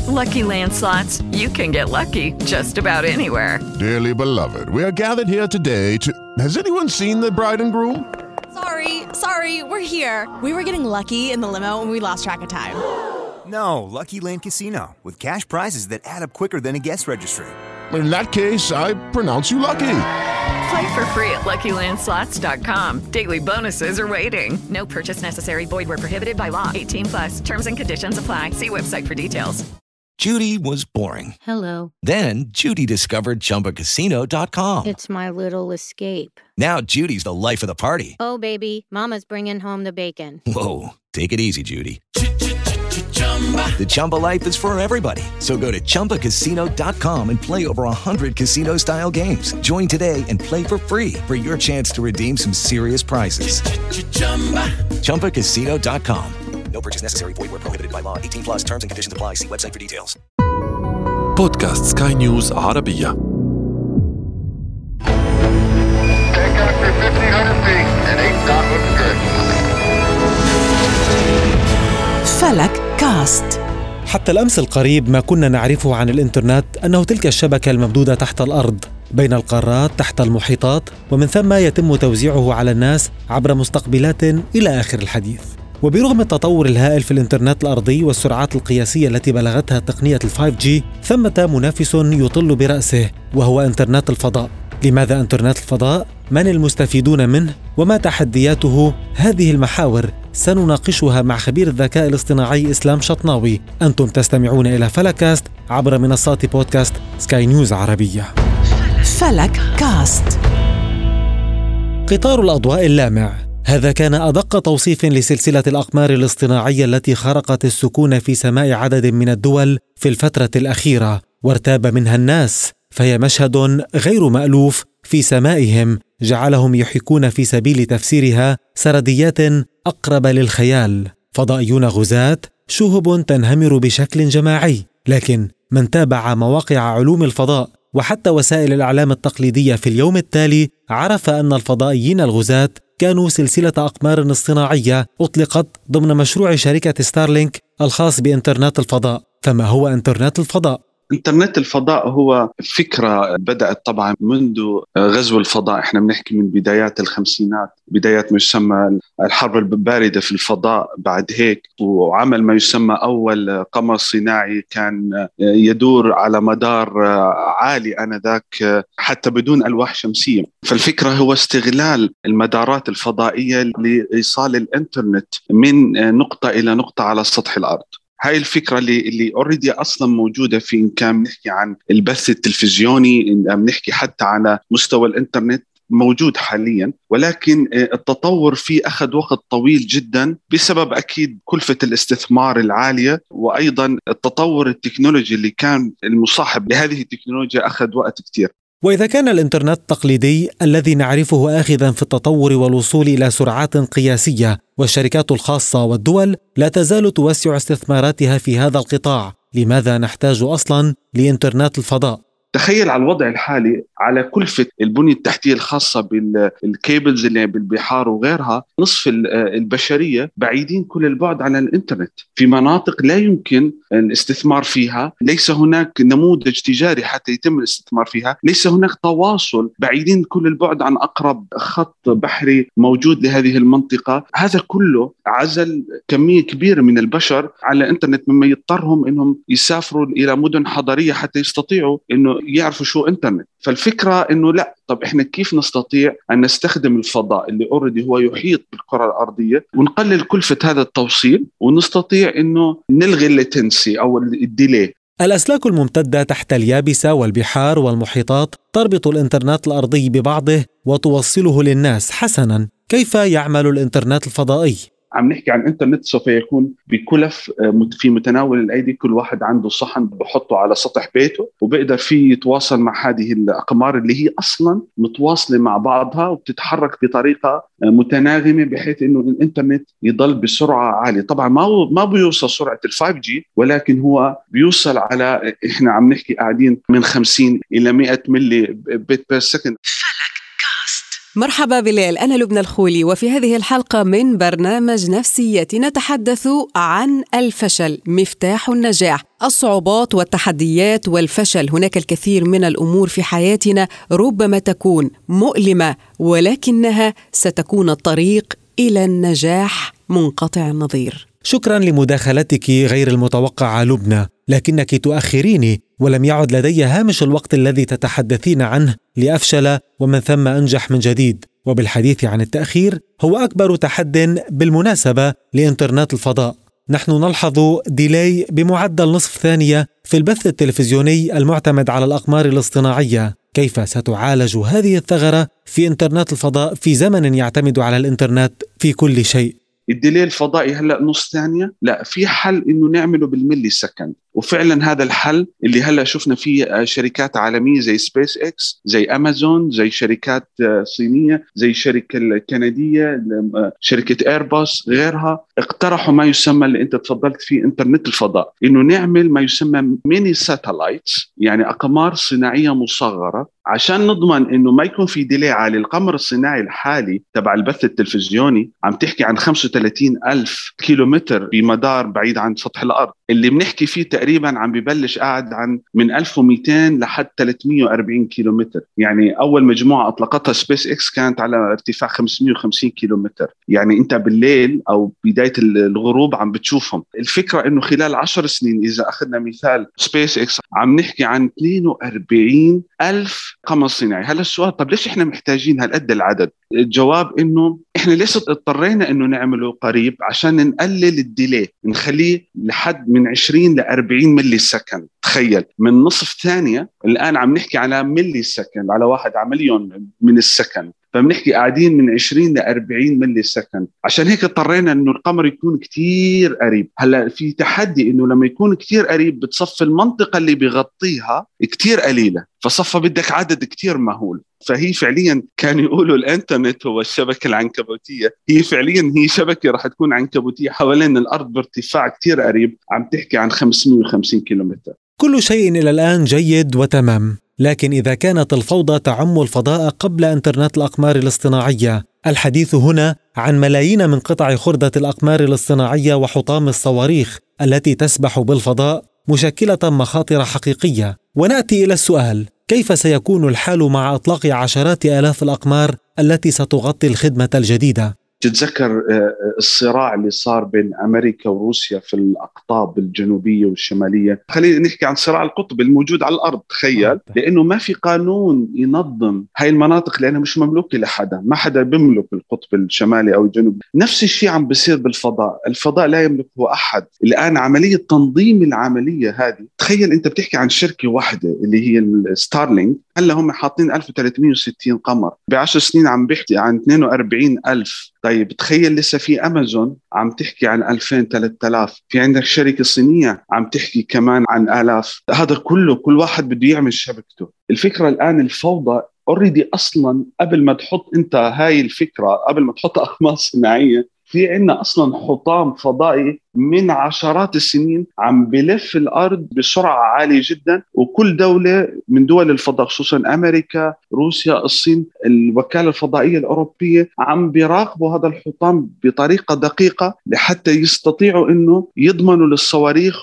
Lucky Land Slots, you can get lucky just about anywhere. Dearly beloved, we are gathered here today to... Has anyone seen the bride and groom? Sorry, we're here. We were getting lucky in the limo and we lost track of time. No, Lucky Land Casino, with cash prizes that add up quicker than a guest registry. In that case, I pronounce you lucky. Play for free at LuckyLandSlots.com. Daily bonuses are waiting. No purchase necessary. Void where prohibited by law. 18+. Terms and conditions apply. See website for details. Judy was boring. Hello. Then Judy discovered ChumbaCasino.com. It's my little escape. Now Judy's the life of the party. Oh, baby, mama's bringing home the bacon. Whoa, take it easy, Judy. The Chumba life is for everybody. So go to ChumbaCasino.com and play over 100 casino-style games. Join today and play for free for your chance to redeem some serious prizes. ChumbaCasino.com. No purchase necessary. Void where prohibited by law. 18+. Terms and conditions apply. See website for details. بودكاست سكاي نيوز عربية. Take after 1,500 feet and 8 فلك كاست. حتى الأمس القريب ما كنا نعرفه عن الإنترنت أنه تلك الشبكة الممدودة تحت الأرض بين القارات تحت المحيطات، ومن ثم يتم توزيعه على الناس عبر مستقبلات إلى آخر الحديث. وبرغم التطور الهائل في الإنترنت الأرضي والسرعات القياسية التي بلغتها تقنية ال5G، ثمة منافس يطل برأسه وهو إنترنت الفضاء. لماذا إنترنت الفضاء؟ من المستفيدون منه؟ وما تحدياته؟ هذه المحاور سنناقشها مع خبير الذكاء الاصطناعي إسلام شطناوي. أنتم تستمعون إلى فلكاست عبر منصات بودكاست سكاي نيوز عربية. فلك كاست. قطار الأضواء اللامع، هذا كان أدق توصيف لسلسلة الأقمار الاصطناعية التي خرقت السكون في سماء عدد من الدول في الفترة الأخيرة، وارتاب منها الناس، فهي مشهد غير مألوف في سمائهم جعلهم يحكون في سبيل تفسيرها سرديات أقرب للخيال. فضائيون غزاة، شهب تنهمر بشكل جماعي، لكن من تابع مواقع علوم الفضاء وحتى وسائل الإعلام التقليدية في اليوم التالي عرف أن الفضائيين الغزاة كانوا سلسلة أقمار اصطناعية أطلقت ضمن مشروع شركة ستارلينك الخاص بإنترنت الفضاء. فما هو إنترنت الفضاء؟ إنترنت الفضاء هو فكرة بدأت طبعا منذ غزو الفضاء. احنا بنحكي من بدايات الخمسينات، بدايات ما يسمى الحرب الباردة في الفضاء. بعد هيك وعمل ما يسمى أول قمر صناعي كان يدور على مدار عالي آنذاك حتى بدون ألواح شمسية. فالفكرة هو استغلال المدارات الفضائية لإيصال الإنترنت من نقطة إلى نقطة على سطح الأرض. هاي الفكرة اللي أوريدي أصلا موجودة في إن كان نحكي عن البث التلفزيوني، إن نحكي حتى على مستوى الإنترنت موجود حاليا، ولكن التطور فيه أخذ وقت طويل جدا بسبب أكيد كلفة الاستثمار العالية، وأيضا التطور التكنولوجي اللي كان المصاحب لهذه التكنولوجيا أخذ وقت كتير. وإذا كان الإنترنت التقليدي الذي نعرفه آخذاً في التطور والوصول إلى سرعات قياسية، والشركات الخاصة والدول لا تزال توسع استثماراتها في هذا القطاع، لماذا نحتاج أصلاً لإنترنت الفضاء؟ تخيل على الوضع الحالي على كلفة البنية التحتية الخاصة بالكيبلز اللي بالبحار وغيرها، نصف البشرية بعيدين كل البعد عن الإنترنت في مناطق لا يمكن الاستثمار فيها. ليس هناك نموذج تجاري حتى يتم الاستثمار فيها، ليس هناك تواصل، بعيدين كل البعد عن أقرب خط بحري موجود لهذه المنطقة. هذا كله عزل كمية كبيرة من البشر على الإنترنت، مما يضطرهم إنهم يسافروا إلى مدن حضرية حتى يستطيعوا إنه يعرفوا شو إنترنت. فالفكرة إنه لا، طب إحنا كيف نستطيع أن نستخدم الفضاء اللي أوريدي هو يحيط بالكرة الأرضية ونقلل كلفة هذا التوصيل، ونستطيع إنه نلغي الليتنسي أو الديلي. الأسلاك الممتدة تحت اليابسة والبحار والمحيطات تربط الإنترنت الأرضي ببعضه وتوصله للناس. حسناً، كيف يعمل الإنترنت الفضائي؟ عم نحكي عن إنترنت سوف يكون بكلف في متناول الأيدي. كل واحد عنده صحن بحطه على سطح بيته وبقدر فيه يتواصل مع هذه الأقمار اللي هي أصلا متواصلة مع بعضها وبتتحرك بطريقة متناغمة، بحيث إنه الإنترنت يضل بسرعة عالية. طبعا ما بيوصل سرعة ال5G، ولكن هو بيوصل على، إحنا عم نحكي قاعدين من 50 إلى 100 ملي بت بير سكند. فلك كاست. مرحبا بليل، أنا لبنى الخولي، وفي هذه الحلقة من برنامج نفسيتي نتحدث عن الفشل مفتاح النجاح، الصعوبات والتحديات والفشل. هناك الكثير من الأمور في حياتنا ربما تكون مؤلمة، ولكنها ستكون الطريق إلى النجاح منقطع النظير. شكرا لمداخلتك غير المتوقعة لبنى، لكنك تؤخريني ولم يعد لدي هامش الوقت الذي تتحدثين عنه لأفشل ومن ثم أنجح من جديد. وبالحديث عن التأخير هو أكبر تحد بالمناسبة لإنترنت الفضاء. نحن نلحظ ديلاي بمعدل نصف ثانية في البث التلفزيوني المعتمد على الأقمار الاصطناعية. كيف ستعالج هذه الثغرة في إنترنت الفضاء في زمن يعتمد على الإنترنت في كل شيء؟ الديلي الفضائي هلأ نص ثانية؟ لا، في حل إنه نعمله بالملي سكند، وفعلا هذا الحل اللي هلأ شفنا فيه شركات عالمية زي سبيس إكس، زي أمازون، زي شركات صينية، زي الشركة الكندية، شركة إيرباص، غيرها اقترحوا ما يسمى اللي أنت تفضلت فيه إنترنت الفضاء، إنه نعمل ما يسمى ميني ساتلايتس، يعني أقمار صناعية مصغرة، عشان نضمن إنه ما يكون في ديلي عالي. القمر الصناعي الحالي تبع البث التلفزيوني عم تحكي عن 35,000 كيلومتر بمدار بعيد عن سطح الأرض، اللي بنحكي فيه تقريبا عم ببلش قاعد عن من 1200 لحد 340 كيلومتر. يعني أول مجموعة أطلقتها سبيس إكس كانت على ارتفاع 550 كيلومتر، يعني أنت بالليل أو بداية الغروب عم بتشوفهم. الفكرة إنه خلال 10 سنين إذا أخذنا مثال سبيس إكس عم نحكي عن 42,000 قمر صناعي. هلا السؤال، طب ليش إحنا محتاجين هالقد العدد؟ الجواب إنه إحنا ليش اضطرينا إنه نعمله قريب عشان نقلل الديلي، نخليه لحد من 20 ل 40 ملي سكند. تخيل من نصف ثانية الآن عم نحكي على ملي سكند، على 1 مليون من السكند، فبنحكي قاعدين من 20 ل 40 ملي سكند. عشان هيك اضطرينا إنه القمر يكون كتير قريب. هلا في تحدي إنه لما يكون كتير قريب بتصفي المنطقة اللي بيغطيها كتير قليلة، فصفى بدك عدد كتير مهول. فهي فعليا كانوا يقولوا الانترنت هو الشبكة العنكبوتية، هي فعليا هي شبكة رح تكون عنكبوتية حوالين الأرض بارتفاع كتير قريب، عم تحكي عن 550 كيلومتر. كل شيء إلى الآن جيد وتمام، لكن إذا كانت الفوضى تعم الفضاء قبل إنترنت الأقمار الاصطناعية، الحديث هنا عن ملايين من قطع خردة الأقمار الاصطناعية وحطام الصواريخ التي تسبح بالفضاء مشكلة مخاطر حقيقية. ونأتي إلى السؤال، كيف سيكون الحال مع إطلاق عشرات آلاف الأقمار التي ستغطي الخدمة الجديدة؟ تتذكر الصراع اللي صار بين أمريكا وروسيا في الأقطاب الجنوبية والشمالية؟ خلينا نحكي عن صراع القطب الموجود على الأرض. تخيل، لأنه ما في قانون ينظم هاي المناطق لأنها مش مملوكة لحدا، ما حدا بيملك القطب الشمالي أو الجنوبي. نفس الشيء عم بيصير بالفضاء، الفضاء لا يملكه أحد. الآن عملية تنظيم العملية هذه، تخيل أنت بتحكي عن شركة واحدة اللي هي الستارلينك، هلا هم حاطين 1360 قمر، ب10 سنين عم بيحكي عن 42,000. طيب تخيل لسه في أمازون عم تحكي عن 2000-3000، في عندك شركة صينية عم تحكي كمان عن آلاف. هذا كله كل واحد بده يعمل شبكته. الفكرة الآن الفوضى اوريدي أصلا قبل ما تحط أنت هاي الفكرة، قبل ما تحط أقمار صناعية، في عنا أصلا حطام فضائي من عشرات السنين عم بلف الأرض بسرعة عالية جدا، وكل دولة من دول الفضاء خصوصا أمريكا، روسيا، الصين، الوكالة الفضائية الأوروبية عم بيراقبوا هذا الحطام بطريقة دقيقة لحتى يستطيعوا إنه يضمنوا للصواريخ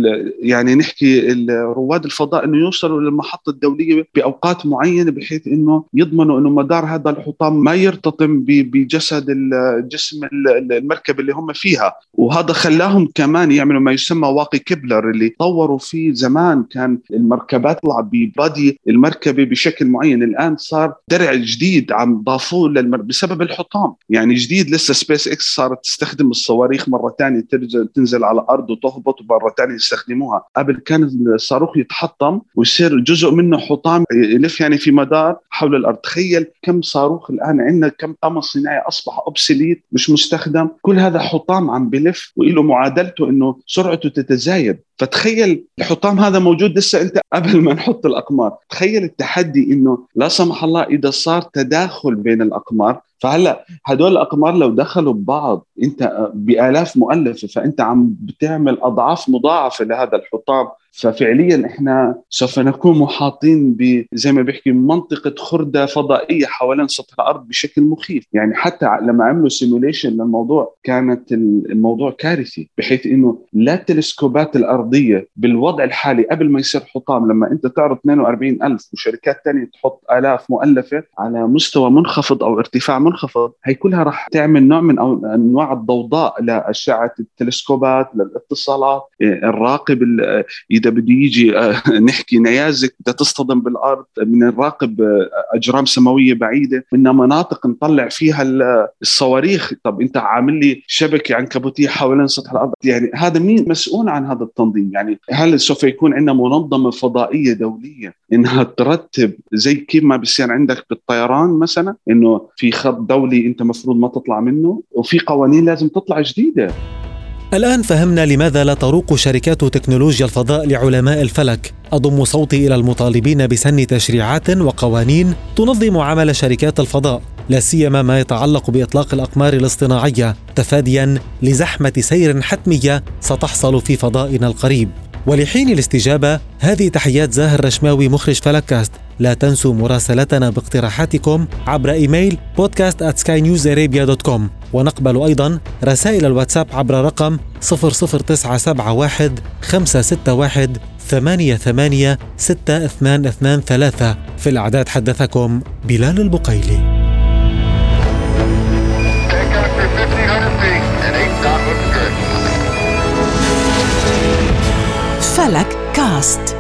يعني نحكي رواد الفضاء إنه يوصلوا للمحطة الدولية بأوقات معينة، بحيث إنه يضمنوا إنه مدار هذا الحطام ما يرتطم بجسد الجسم المركب اللي هم فيها. وهذا خلاهم كمان يعملوا ما يسمى واقي كبلر، اللي طوروا فيه زمان كان المركبات تطلع ببادي المركبة بشكل معين، الآن صار درع جديد عم ضافوه بسبب الحطام، يعني جديد. لسه سبيس إكس صارت تستخدم الصواريخ مرة تانية تنزل على الأرض وتهبط ومرة تانية يستخدموها. قبل كان الصاروخ يتحطم ويصير جزء منه حطام يلف يعني في مدار حول الأرض. تخيل كم صاروخ الآن عندنا، كم قمر صناعي أصبح أوبسليت مش مستخدم، كل هذا حطام عم بلف وإله معادلته إنه سرعته تتزايد. فتخيل الحطام هذا موجود لسه أنت قبل ما نحط الأقمار. تخيل التحدي إنه لا سمح الله إذا صار تداخل بين الأقمار، فهلا هدول الأقمار لو دخلوا ببعض أنت بآلاف مؤلفة، فأنت عم بتعمل أضعاف مضاعفة لهذا الحطام. ففعليا احنا سوف نكون محاطين زي ما بيحكي منطقة خردة فضائية حوالين سطح الأرض بشكل مخيف. يعني حتى لما عملوا سيموليشن للموضوع كانت الموضوع كارثي، بحيث انه لا التلسكوبات الأرضية بالوضع الحالي قبل ما يصير حطام، لما انت تعرض 42,000 وشركات تانية تحط آلاف مؤلفة على مستوى منخفض او ارتفاع منخفض، هي كلها راح تعمل نوع من انواع الضوضاء لأشعة التلسكوبات، للاتصالات. الراقب إذا بده يجي نحكي نيازك بدها تصطدم بالأرض، من نراقب أجرام سماوية بعيدة، من مناطق نطلع فيها الصواريخ. طب أنت عامل لي شبكة عنكبوتية حوالين سطح الأرض، يعني هذا مين مسؤول عن هذا التنظيم؟ يعني هل سوف يكون عندنا منظمة فضائية دولية إنها ترتب زي كيف ما بيصير عندك بالطيران مثلا، إنه في خط دولي أنت مفروض ما تطلع منه، وفي قوانين لازم تطلع جديدة. الآن فهمنا لماذا لا تروق شركات تكنولوجيا الفضاء لعلماء الفلك. أضم صوتي إلى المطالبين بسن تشريعات وقوانين تنظم عمل شركات الفضاء، لا سيما ما يتعلق بإطلاق الأقمار الاصطناعية، تفادياً لزحمة سير حتمية ستحصل في فضائنا القريب. ولحين الاستجابة، هذه تحيات زاهر رشماوي مخرج فلككاست. لا تنسوا مراسلتنا باقتراحاتكم عبر إيميل podcast@skynewsarabia.com، ونقبل أيضا رسائل الواتساب عبر رقم 00971 561 886223. في الإعداد حدثكم بلال البقيلي. فلك كاست.